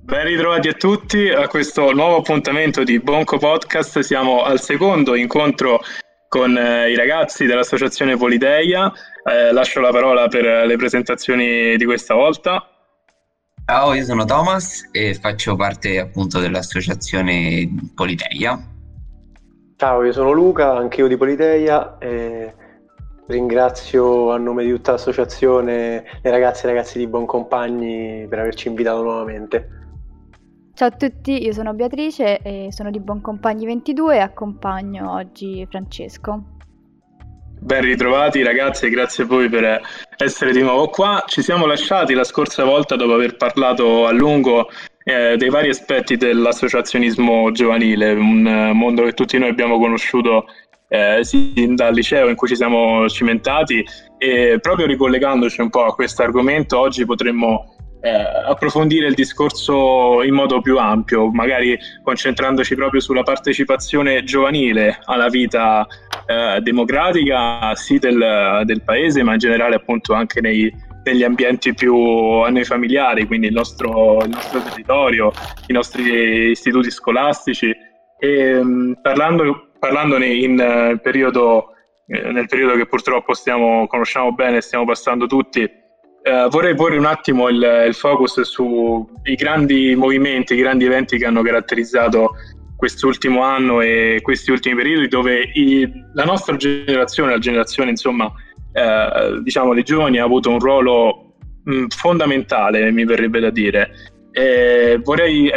Ben ritrovati a tutti a questo nuovo appuntamento di Bonco Podcast. Siamo al secondo incontro con i ragazzi dell'Associazione Politeia. Lascio la parola per le presentazioni di questa volta. Ciao, io sono Thomas e faccio parte appunto dell'associazione Politeia. Ciao, io sono Luca, anch'io di Politeia, e ringrazio a nome di tutta l'associazione le ragazze e ragazzi di Boncompagni per averci invitato nuovamente. Ciao a tutti, io sono Beatrice e sono di Boncompagni 22 e accompagno oggi Francesco. Ben ritrovati ragazzi e grazie a voi per essere di nuovo qua. Ci siamo lasciati la scorsa volta dopo aver parlato a lungo dei vari aspetti dell'associazionismo giovanile, un mondo che tutti noi abbiamo conosciuto sin dal liceo in cui ci siamo cimentati, e proprio ricollegandoci un po' a questo argomento oggi potremmo approfondire il discorso in modo più ampio, magari concentrandoci proprio sulla partecipazione giovanile alla vita democratica sì del paese, ma in generale appunto anche negli ambienti più a noi familiari, quindi il nostro territorio, i nostri istituti scolastici, e parlandone nel periodo che purtroppo conosciamo bene e stiamo passando tutti. Vorrei porre un attimo il focus sui grandi movimenti, i grandi eventi che hanno caratterizzato quest'ultimo anno e questi ultimi periodi, dove la nostra generazione, la generazione insomma diciamo dei giovani, ha avuto un ruolo fondamentale, mi verrebbe da dire. Vorrei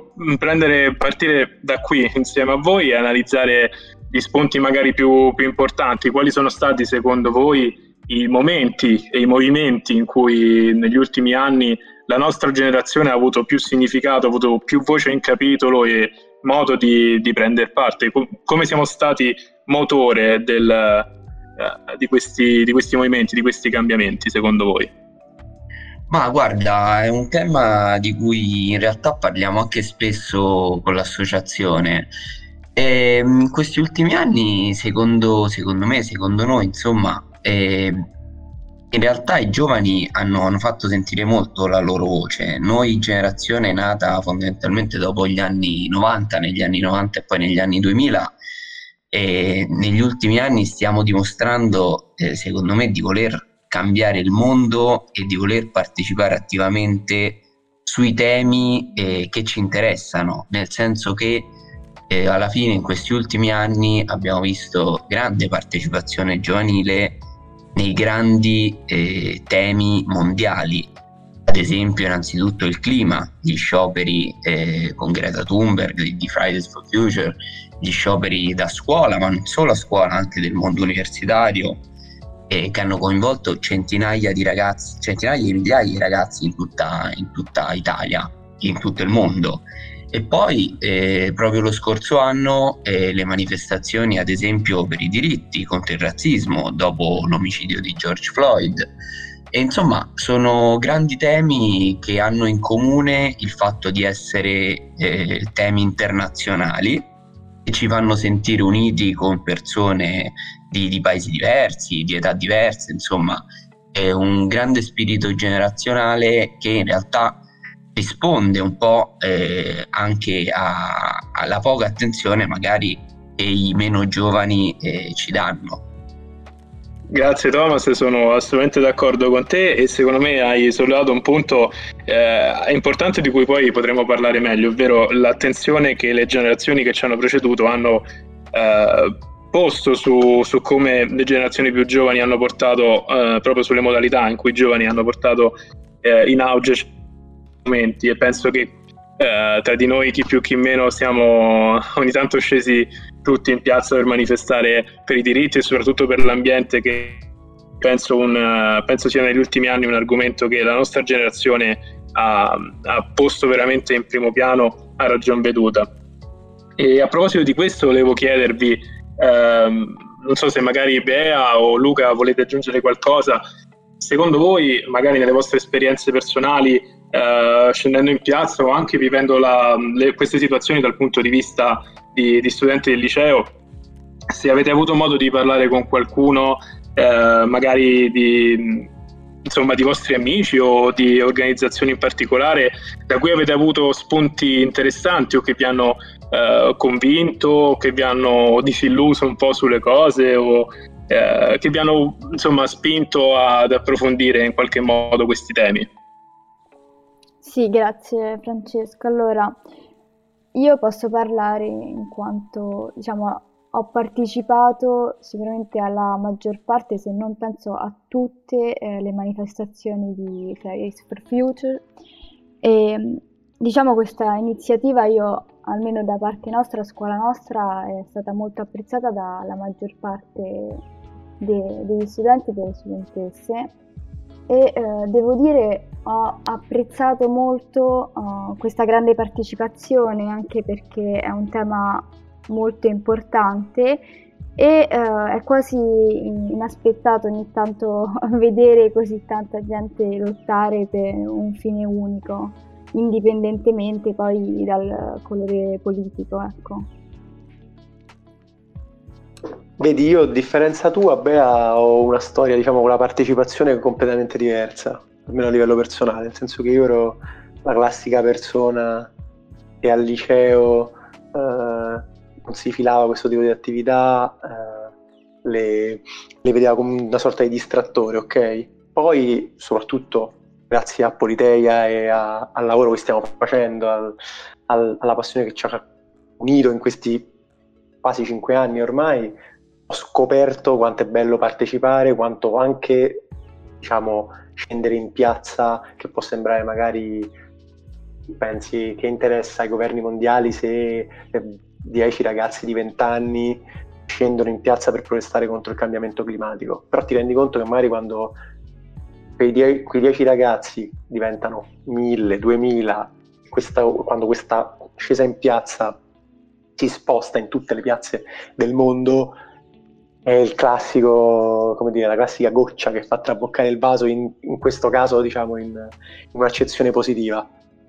partire da qui insieme a voi e analizzare gli spunti magari più importanti. Quali sono stati secondo voi i momenti e i movimenti in cui negli ultimi anni la nostra generazione ha avuto più significato, ha avuto più voce in capitolo e modo di prendere parte? Come siamo stati motore di questi movimenti, di questi cambiamenti, secondo voi? Ma guarda, è un tema di cui in realtà parliamo anche spesso con l'associazione. E in questi ultimi anni, secondo me, secondo noi, insomma, in realtà i giovani hanno fatto sentire molto la loro voce. Noi, generazione nata fondamentalmente dopo gli anni 90, negli anni 90 e poi negli anni 2000, e negli ultimi anni stiamo dimostrando, secondo me, di voler cambiare il mondo e di voler partecipare attivamente sui temi che ci interessano, nel senso che alla fine in questi ultimi anni abbiamo visto grande partecipazione giovanile nei grandi temi mondiali, ad esempio innanzitutto il clima, gli scioperi con Greta Thunberg di Fridays for Future, gli scioperi da scuola, ma non solo a scuola, anche del mondo universitario, che hanno coinvolto centinaia di migliaia di ragazzi in tutta Italia, in tutto il mondo. E poi proprio lo scorso anno le manifestazioni, ad esempio per i diritti contro il razzismo dopo l'omicidio di George Floyd. E insomma sono grandi temi che hanno in comune il fatto di essere temi internazionali, che ci fanno sentire uniti con persone di paesi diversi, di età diverse. Insomma è un grande spirito generazionale che in realtà risponde un po' anche alla poca attenzione magari che i meno giovani ci danno. Grazie Thomas, sono assolutamente d'accordo con te e secondo me hai sollevato un punto importante di cui poi potremo parlare meglio, ovvero l'attenzione che le generazioni che ci hanno preceduto hanno posto su come le generazioni più giovani hanno portato proprio sulle modalità in cui i giovani hanno portato in auge momenti. E penso che tra di noi chi più chi meno siamo ogni tanto scesi tutti in piazza per manifestare per i diritti e soprattutto per l'ambiente, che penso sia negli ultimi anni un argomento che la nostra generazione ha posto veramente in primo piano a ragion veduta. E a proposito di questo volevo chiedervi, non so se magari Bea o Luca volete aggiungere qualcosa. Secondo voi, magari nelle vostre esperienze personali, scendendo in piazza o anche vivendo queste situazioni dal punto di vista di studenti del liceo, se avete avuto modo di parlare con qualcuno, magari insomma, di vostri amici o di organizzazioni in particolare da cui avete avuto spunti interessanti o che vi hanno convinto, o che vi hanno disilluso un po' sulle cose, o che vi hanno, insomma, spinto ad approfondire in qualche modo questi temi? Sì, grazie Francesco. Allora, io posso parlare in quanto, diciamo, ho partecipato sicuramente alla maggior parte, se non penso a tutte, le manifestazioni di Fridays for Future e diciamo questa iniziativa io, almeno da parte nostra, a scuola nostra, è stata molto apprezzata dalla maggior parte degli studenti e delle studentesse e devo dire ho apprezzato molto questa grande partecipazione anche perché è un tema molto importante e è quasi inaspettato ogni tanto vedere così tanta gente lottare per un fine unico, indipendentemente poi dal colore politico, ecco. Vedi, io a differenza tua, Bea, ho una storia, diciamo, con la partecipazione completamente diversa, almeno a livello personale, nel senso che io ero la classica persona che al liceo non si filava questo tipo di attività, le vedeva come una sorta di distrattore, ok? Poi, soprattutto grazie a Politeia e al lavoro che stiamo facendo, alla passione che ci ha unito in questi quasi 5 anni ormai, ho scoperto quanto è bello partecipare, quanto anche, diciamo, scendere in piazza, che può sembrare magari, pensi che interessa ai governi mondiali se 10 ragazzi di 20 anni scendono in piazza per protestare contro il cambiamento climatico, però ti rendi conto che magari quando quei 10 ragazzi diventano 1000, 2000, quando questa scesa in piazza si sposta in tutte le piazze del mondo, è il classico, come dire, la classica goccia che fa traboccare il vaso, in questo caso, diciamo, in un'accezione positiva.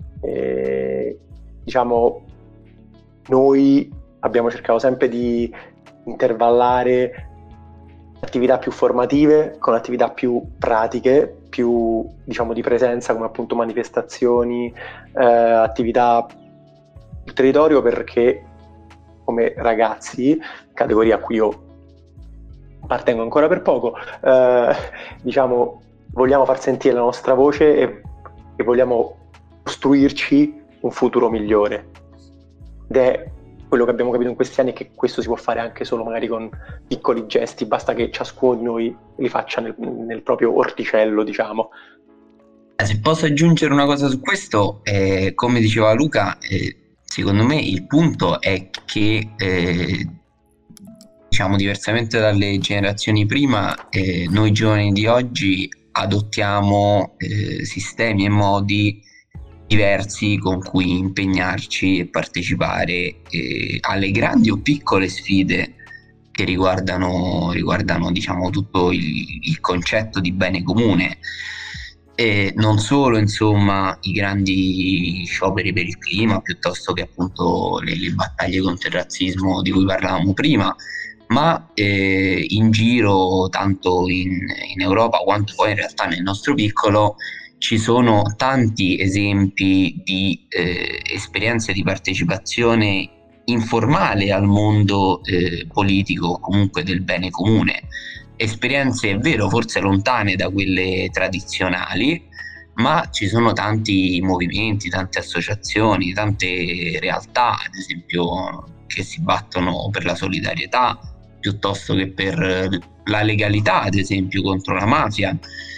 Diciamo, noi abbiamo cercato sempre di intervallare attività più formative con attività più pratiche, più, diciamo, di presenza, come appunto manifestazioni, attività sul territorio, perché come ragazzi, categoria a cui io appartengo ancora per poco, diciamo, vogliamo far sentire la nostra voce e vogliamo costruirci un futuro migliore. Ed è quello che abbiamo capito in questi anni, è che questo si può fare anche solo magari con piccoli gesti, basta che ciascuno di noi li faccia nel proprio orticello, diciamo. Se posso aggiungere una cosa su questo, come diceva Luca, secondo me il punto è che diciamo, diversamente dalle generazioni prima, noi giovani di oggi adottiamo sistemi e modi diversi con cui impegnarci e partecipare alle grandi o piccole sfide che riguardano diciamo tutto il concetto di bene comune. E non solo, insomma, i grandi scioperi per il clima, piuttosto che appunto le battaglie contro il razzismo di cui parlavamo prima, ma in giro, tanto in Europa quanto poi in realtà nel nostro piccolo, ci sono tanti esempi di esperienze di partecipazione informale al mondo politico, comunque del bene comune. Esperienze, è vero, forse lontane da quelle tradizionali, ma ci sono tanti movimenti, tante associazioni, tante realtà, ad esempio, che si battono per la solidarietà piuttosto che per la legalità, ad esempio, contro la mafia.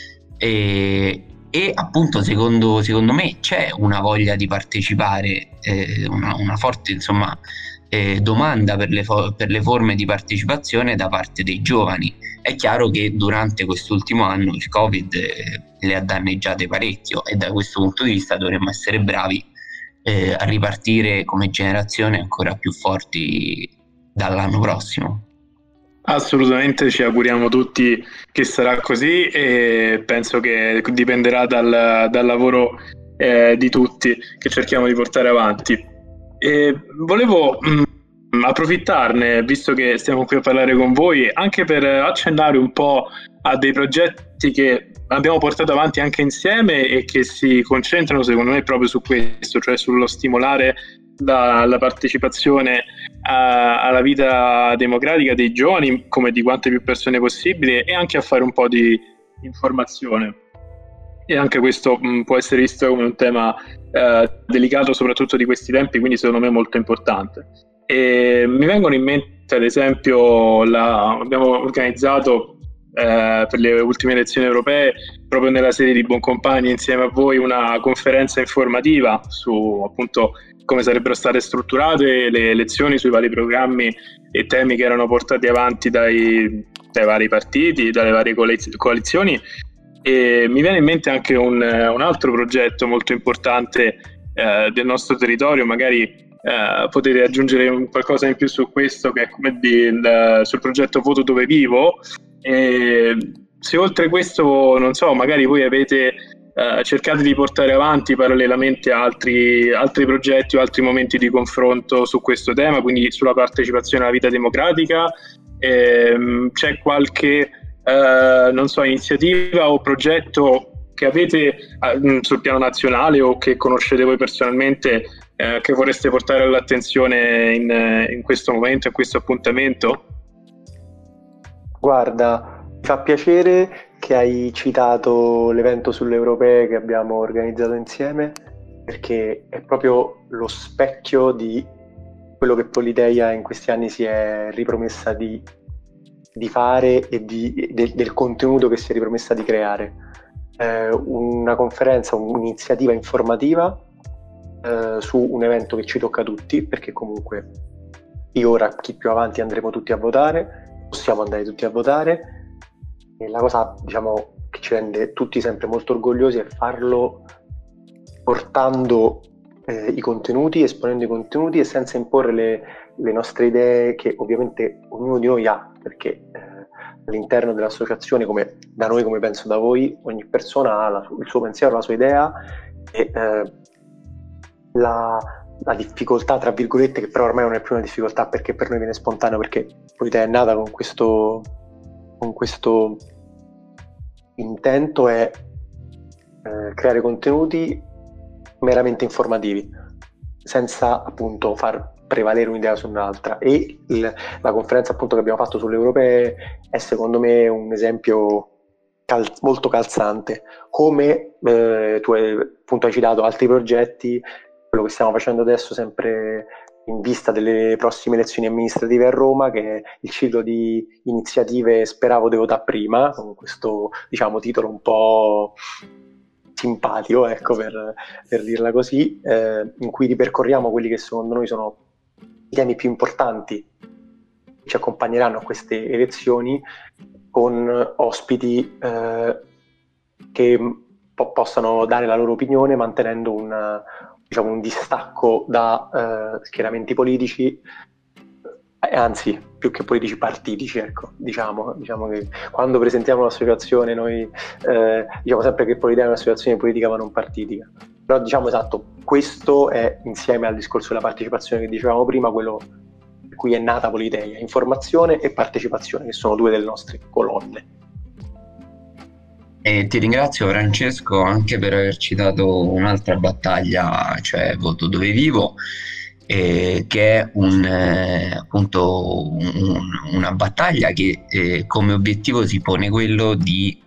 E appunto, secondo me, c'è una voglia di partecipare, una forte, insomma, domanda per le forme di partecipazione da parte dei giovani. È chiaro che durante quest'ultimo anno il Covid le ha danneggiate parecchio, e da questo punto di vista dovremmo essere bravi a ripartire come generazione ancora più forti dall'anno prossimo. Assolutamente, ci auguriamo tutti che sarà così, e penso che dipenderà dal lavoro di tutti che cerchiamo di portare avanti. E volevo approfittarne, visto che stiamo qui a parlare con voi, anche per accennare un po' a dei progetti che abbiamo portato avanti anche insieme e che si concentrano secondo me proprio su questo, cioè sullo stimolare la partecipazione alla vita democratica dei giovani, come di quante più persone possibili, e anche a fare un po' di informazione. E anche questo può essere visto come un tema delicato, soprattutto di questi tempi, quindi secondo me molto importante. E mi vengono in mente, ad esempio, abbiamo organizzato per le ultime elezioni europee, proprio nella sede di Boncompagni, insieme a voi, una conferenza informativa su appunto come sarebbero state strutturate le elezioni, sui vari programmi e temi che erano portati avanti dai vari partiti, dalle varie coalizioni. E mi viene in mente anche un altro progetto molto importante del nostro territorio, magari potete aggiungere qualcosa in più su questo, che è sul progetto Voto Dove Vivo. E se oltre questo, non so, magari voi avete cercato di portare avanti parallelamente altri progetti o altri momenti di confronto su questo tema, quindi sulla partecipazione alla vita democratica. C'è qualche non so, iniziativa o progetto che avete sul piano nazionale o che conoscete voi personalmente che vorreste portare all'attenzione in questo momento, in questo appuntamento? Guarda, mi fa piacere che hai citato l'evento sulle europee che abbiamo organizzato insieme, perché è proprio lo specchio di quello che Politeia in questi anni si è ripromessa di fare e del contenuto che si è ripromessa di creare. Una conferenza, un'iniziativa informativa su un evento che ci tocca a tutti, perché comunque ora, chi più avanti, andremo tutti a votare, possiamo andare tutti a votare, e la cosa, diciamo, che ci rende tutti sempre molto orgogliosi è farlo portando i contenuti, esponendo i contenuti e senza imporre le nostre idee, che ovviamente ognuno di noi ha, perché all'interno dell'associazione, come da noi, come penso da voi, ogni persona ha il suo pensiero, la sua idea, e la difficoltà, tra virgolette, che però ormai non è più una difficoltà perché per noi viene spontaneo, perché Politeia è nata con questo intento, è creare contenuti meramente informativi, senza appunto far prevalere un'idea su un'altra. E la conferenza appunto che abbiamo fatto sulle europee è secondo me un esempio molto calzante, come tu appunto hai citato altri progetti, quello che stiamo facendo adesso sempre in vista delle prossime elezioni amministrative a Roma, che è il ciclo di iniziative Speravo devo votare prima, con questo, diciamo, titolo un po' simpatico, ecco, per dirla così, in cui ripercorriamo quelli che secondo noi sono i temi più importanti che ci accompagneranno a queste elezioni, con ospiti che possano dare la loro opinione, mantenendo un distacco da schieramenti politici, anzi più che politici, partitici, ecco. Diciamo che quando presentiamo l'associazione noi diciamo sempre che Politeia è un'associazione politica ma non partitica, però diciamo, esatto, questo è, insieme al discorso della partecipazione che dicevamo prima, quello per cui è nata Politeia: informazione e partecipazione, che sono due delle nostre colonne. E ti ringrazio, Francesco, anche per aver citato un'altra battaglia, cioè Voto Dove Vivo, che è appunto una battaglia che come obiettivo si pone quello di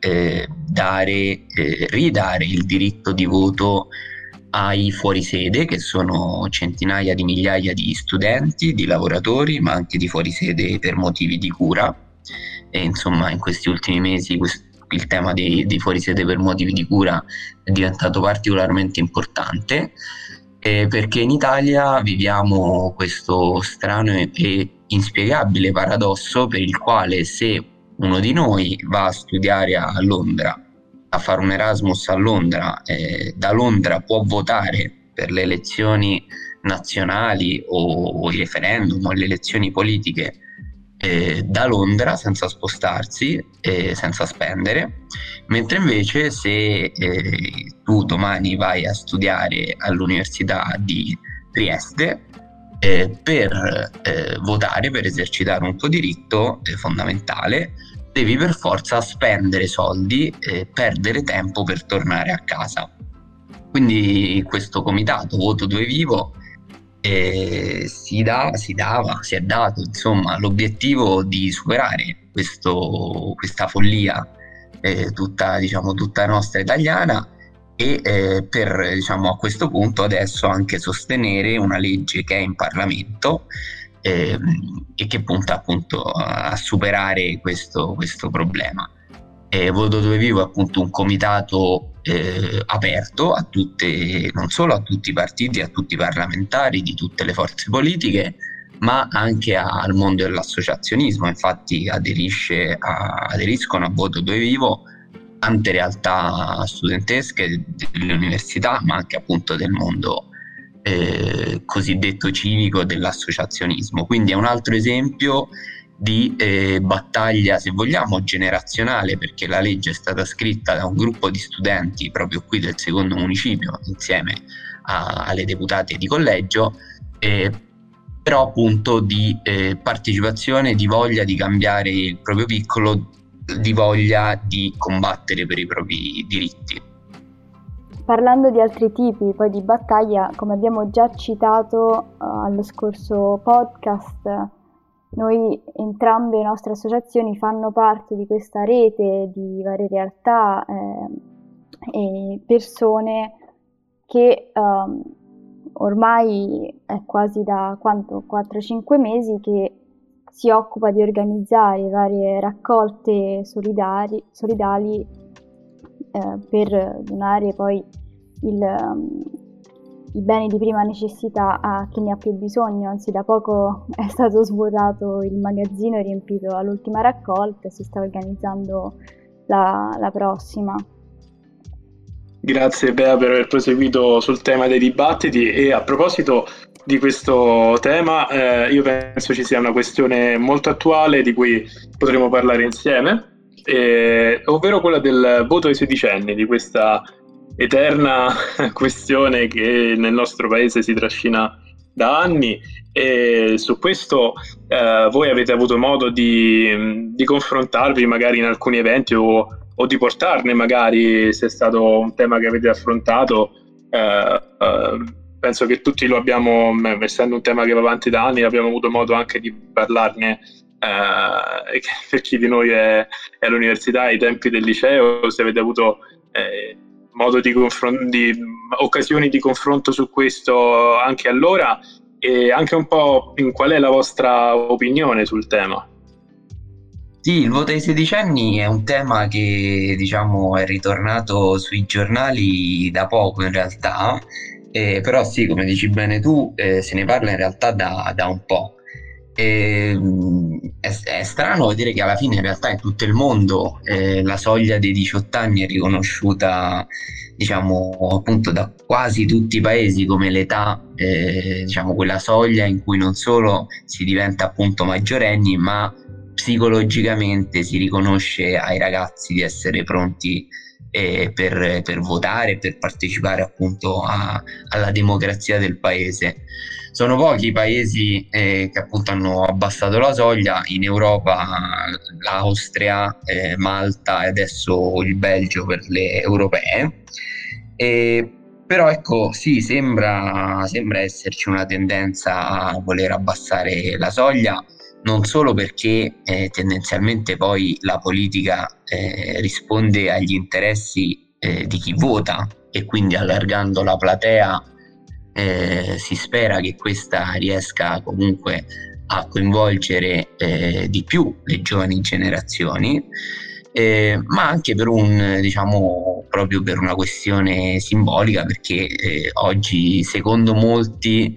ridare il diritto di voto ai fuorisede, che sono centinaia di migliaia di studenti, di lavoratori, ma anche di fuorisede per motivi di cura. E insomma, in questi ultimi mesi il tema dei fuorisede per motivi di cura è diventato particolarmente importante, perché in Italia viviamo questo strano e inspiegabile paradosso per il quale, se uno di noi va a studiare a Londra, a fare un Erasmus a Londra, da Londra può votare per le elezioni nazionali o i referendum o le elezioni politiche da Londra, senza spostarsi e senza spendere, mentre invece se tu domani vai a studiare all'Università di Trieste, per votare, per esercitare un tuo diritto fondamentale, devi per forza spendere soldi e perdere tempo per tornare a casa. Quindi questo comitato Voto 2 Vivo si è dato insomma l'obiettivo di superare questa follia tutta nostra italiana e per a questo punto adesso anche sostenere una legge che è in Parlamento e che punta appunto a superare questo problema. Voto 2 Vivo è appunto un comitato aperto a non solo a tutti i partiti, a tutti i parlamentari di tutte le forze politiche, ma anche al mondo dell'associazionismo. Infatti aderiscono a Voto 2 Vivo tante realtà studentesche delle università, ma anche appunto del mondo cosiddetto civico dell'associazionismo. Quindi è un altro esempio di battaglia, se vogliamo, generazionale, perché la legge è stata scritta da un gruppo di studenti proprio qui del secondo municipio insieme alle deputate di collegio, però appunto di partecipazione, di voglia di cambiare il proprio piccolo, di voglia di combattere per i propri diritti. Parlando di altri tipi poi di battaglia, come abbiamo già citato allo scorso podcast, noi entrambe le nostre associazioni fanno parte di questa rete di varie realtà e persone che ormai è quasi da 4-5 mesi che si occupa di organizzare varie raccolte solidali per donare poi i beni di prima necessità a chi ne ha più bisogno. Anzi, da poco è stato svuotato il magazzino e riempito all'ultima raccolta e si sta organizzando la prossima. Grazie Bea per aver proseguito sul tema dei dibattiti. E a proposito di questo tema, io penso ci sia una questione molto attuale di cui potremo parlare insieme, ovvero quella del voto ai sedicenni, di questa eterna questione che nel nostro paese si trascina da anni. E su questo voi avete avuto modo di confrontarvi magari in alcuni eventi o di portarne, magari, se è stato un tema che avete affrontato. Penso che tutti lo abbiamo, essendo un tema che va avanti da anni, abbiamo avuto modo anche di parlarne per chi di noi è all'università, ai tempi del liceo, se avete avuto modo di occasioni di confronto su questo anche allora, e anche un po' qual è la vostra opinione sul tema. Sì, il voto ai sedicenni è un tema che è ritornato sui giornali da poco in realtà, però sì, come dici bene tu, se ne parla in realtà da un po'. È strano vedere che alla fine in realtà in tutto il mondo la soglia dei 18 anni è riconosciuta appunto da quasi tutti i paesi come l'età, quella soglia in cui non solo si diventa appunto maggiorenni, ma psicologicamente si riconosce ai ragazzi di essere pronti per votare, per partecipare appunto alla democrazia del paese. Sono pochi i paesi che appunto hanno abbassato la soglia. In Europa l'Austria, Malta e adesso il Belgio per le europee. Però ecco, sì, sembra esserci una tendenza a voler abbassare la soglia, non solo perché tendenzialmente poi la politica risponde agli interessi di chi vota, e quindi allargando la platea si spera che questa riesca comunque a coinvolgere di più le giovani generazioni, ma anche per proprio per una questione simbolica, perché oggi secondo molti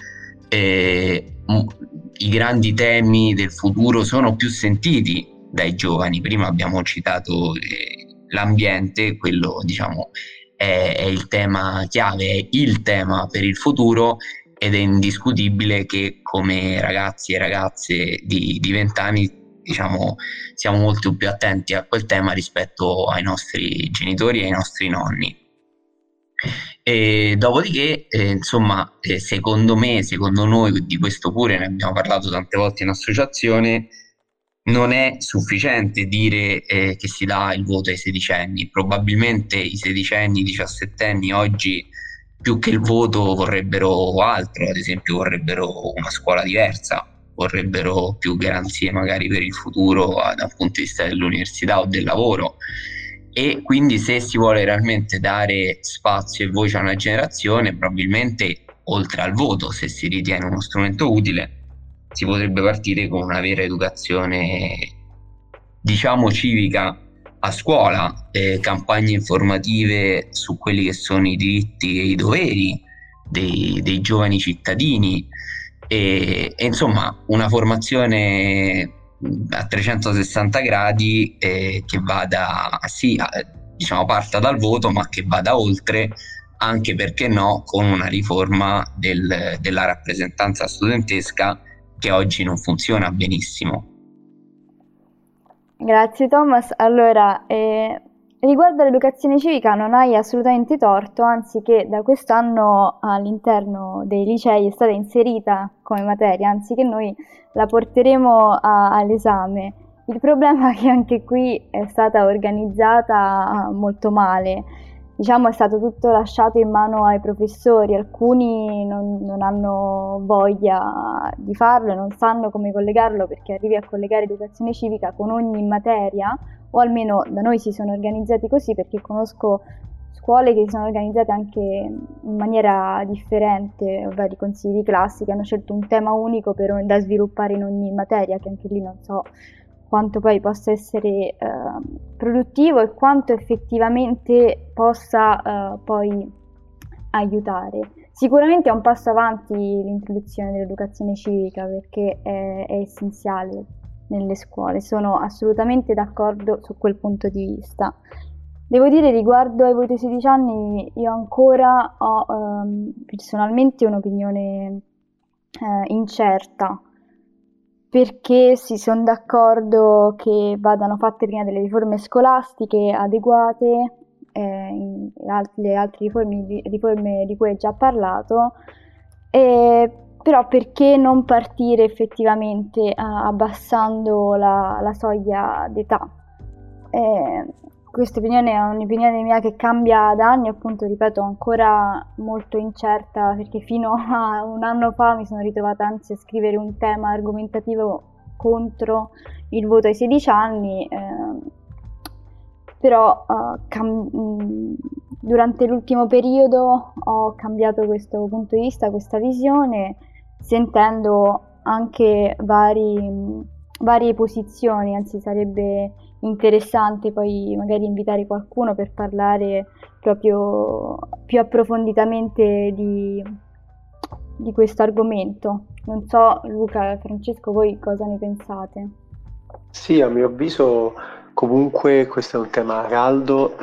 i grandi temi del futuro sono più sentiti dai giovani. Prima abbiamo citato l'ambiente, quello è il tema chiave, è il tema per il futuro, ed è indiscutibile che come ragazzi e ragazze di 20 anni siamo molto più attenti a quel tema rispetto ai nostri genitori e ai nostri nonni. E dopodiché secondo noi, di questo pure ne abbiamo parlato tante volte in associazione, non è sufficiente dire che si dà il voto ai sedicenni. Probabilmente i sedicenni, i diciassettenni oggi più che il voto vorrebbero altro, ad esempio vorrebbero una scuola diversa, vorrebbero più garanzie magari per il futuro dal punto di vista dell'università o del lavoro. E quindi se si vuole realmente dare spazio e voce a una generazione, probabilmente oltre al voto, se si ritiene uno strumento utile, si potrebbe partire con una vera educazione, diciamo, civica a scuola, campagne informative su quelli che sono i diritti e i doveri dei giovani cittadini e insomma una formazione a 360 gradi che vada, sì, diciamo parta dal voto, ma che vada oltre, anche perché no, con una riforma della rappresentanza studentesca che oggi non funziona benissimo. Grazie Thomas. Allora, riguardo all'educazione civica non hai assolutamente torto, anzi che da quest'anno all'interno dei licei è stata inserita come materia, anzi che noi la porteremo all'esame. Il problema è che anche qui è stata organizzata molto male. Diciamo è stato tutto lasciato in mano ai professori, alcuni non hanno voglia di farlo e non sanno come collegarlo, perché arrivi a collegare educazione civica con ogni materia, o almeno da noi si sono organizzati così, perché conosco scuole che si sono organizzate anche in maniera differente, ovvero i consigli di classe che hanno scelto un tema unico da sviluppare in ogni materia, che anche lì non so quanto poi possa essere produttivo e quanto effettivamente possa poi aiutare. Sicuramente è un passo avanti l'introduzione dell'educazione civica, perché è essenziale nelle scuole, sono assolutamente d'accordo su quel punto di vista. Devo dire, riguardo ai voti ai 16 anni, io ancora ho personalmente un'opinione incerta, perché sì, sono d'accordo che vadano fatte prima delle riforme scolastiche adeguate, le altre riforme di cui hai già parlato, però perché non partire effettivamente abbassando la soglia d'età? Questa opinione è un'opinione mia che cambia da anni, appunto, ripeto, ancora molto incerta, perché fino a un anno fa mi sono ritrovata anzi a scrivere un tema argomentativo contro il voto ai 16 anni, però durante l'ultimo periodo ho cambiato questo punto di vista, questa visione, sentendo anche varie posizioni, anzi sarebbe interessante poi magari invitare qualcuno per parlare proprio più approfonditamente di questo argomento. Non so, Luca e Francesco, voi cosa ne pensate? Sì, a mio avviso comunque questo è un tema caldo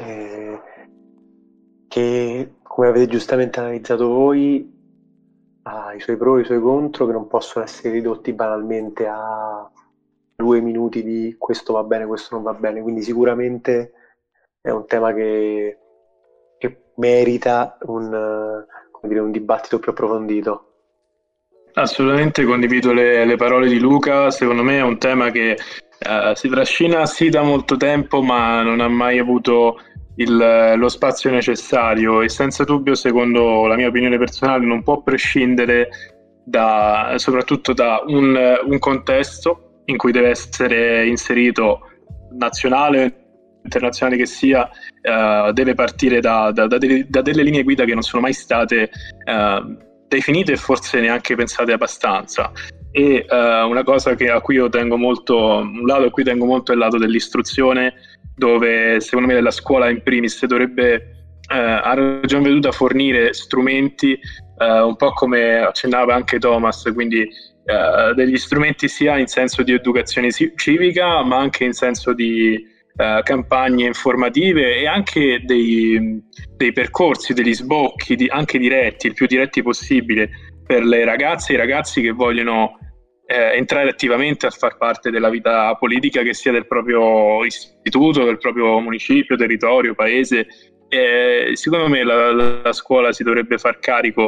che, come avete giustamente analizzato voi, ha i suoi pro e i suoi contro, che non possono essere ridotti banalmente a 2 minuti di questo va bene, questo non va bene. Quindi sicuramente è un tema che merita un dibattito più approfondito. Assolutamente condivido le parole di Luca. Secondo me è un tema che si trascina sì da molto tempo, ma non ha mai avuto lo spazio necessario, e senza dubbio, secondo la mia opinione personale, non può prescindere soprattutto da un contesto in cui deve essere inserito, nazionale, internazionale che sia, deve partire da delle linee guida che non sono mai state definite e forse neanche pensate abbastanza. E una cosa a cui io tengo molto, un lato a cui tengo molto è il lato dell'istruzione, dove secondo me la scuola in primis dovrebbe a ragion veduta fornire strumenti, un po' come accennava anche Thomas, quindi degli strumenti sia in senso di educazione civica, ma anche in senso di campagne informative e anche dei percorsi, degli sbocchi anche diretti, il più diretti possibile, per le ragazze e i ragazzi che vogliono entrare attivamente a far parte della vita politica, che sia del proprio istituto, del proprio municipio, territorio, paese. Secondo me la scuola si dovrebbe far carico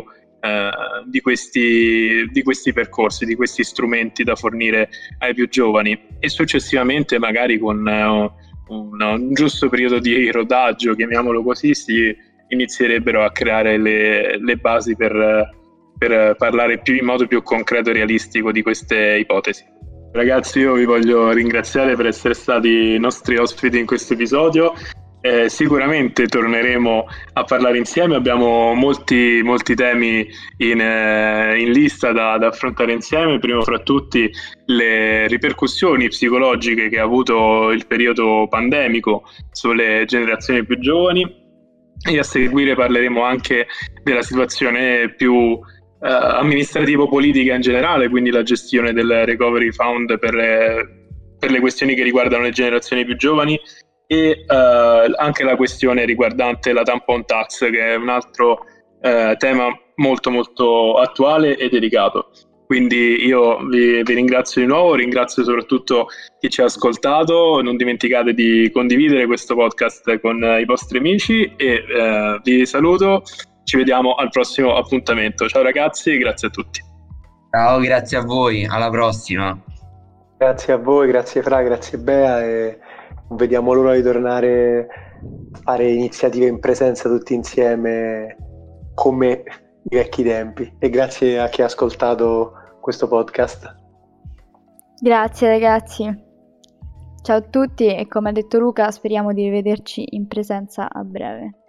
di questi percorsi, di questi strumenti da fornire ai più giovani, e successivamente magari con un giusto periodo di rodaggio, chiamiamolo così, si inizierebbero a creare le basi per parlare in modo più concreto e realistico di queste ipotesi. Ragazzi, io vi voglio ringraziare per essere stati nostri ospiti in questo episodio. Sicuramente torneremo a parlare insieme, abbiamo molti temi in lista da affrontare insieme, primo fra tutti le ripercussioni psicologiche che ha avuto il periodo pandemico sulle generazioni più giovani, e a seguire parleremo anche della situazione più amministrativo-politica in generale, quindi la gestione del Recovery Fund per le questioni che riguardano le generazioni più giovani, e anche la questione riguardante la tampon tax, che è un altro tema molto molto attuale e delicato. Quindi io vi ringrazio di nuovo, ringrazio soprattutto chi ci ha ascoltato, non dimenticate di condividere questo podcast con i vostri amici, e vi saluto, ci vediamo al prossimo appuntamento. Ciao ragazzi, grazie a tutti. Ciao, grazie a voi, alla prossima. Grazie a voi, grazie Fra, grazie Bea, e non vediamo l'ora di tornare a fare iniziative in presenza tutti insieme come i vecchi tempi, e grazie a chi ha ascoltato questo podcast. Grazie ragazzi, ciao a tutti, e come ha detto Luca, speriamo di rivederci in presenza a breve.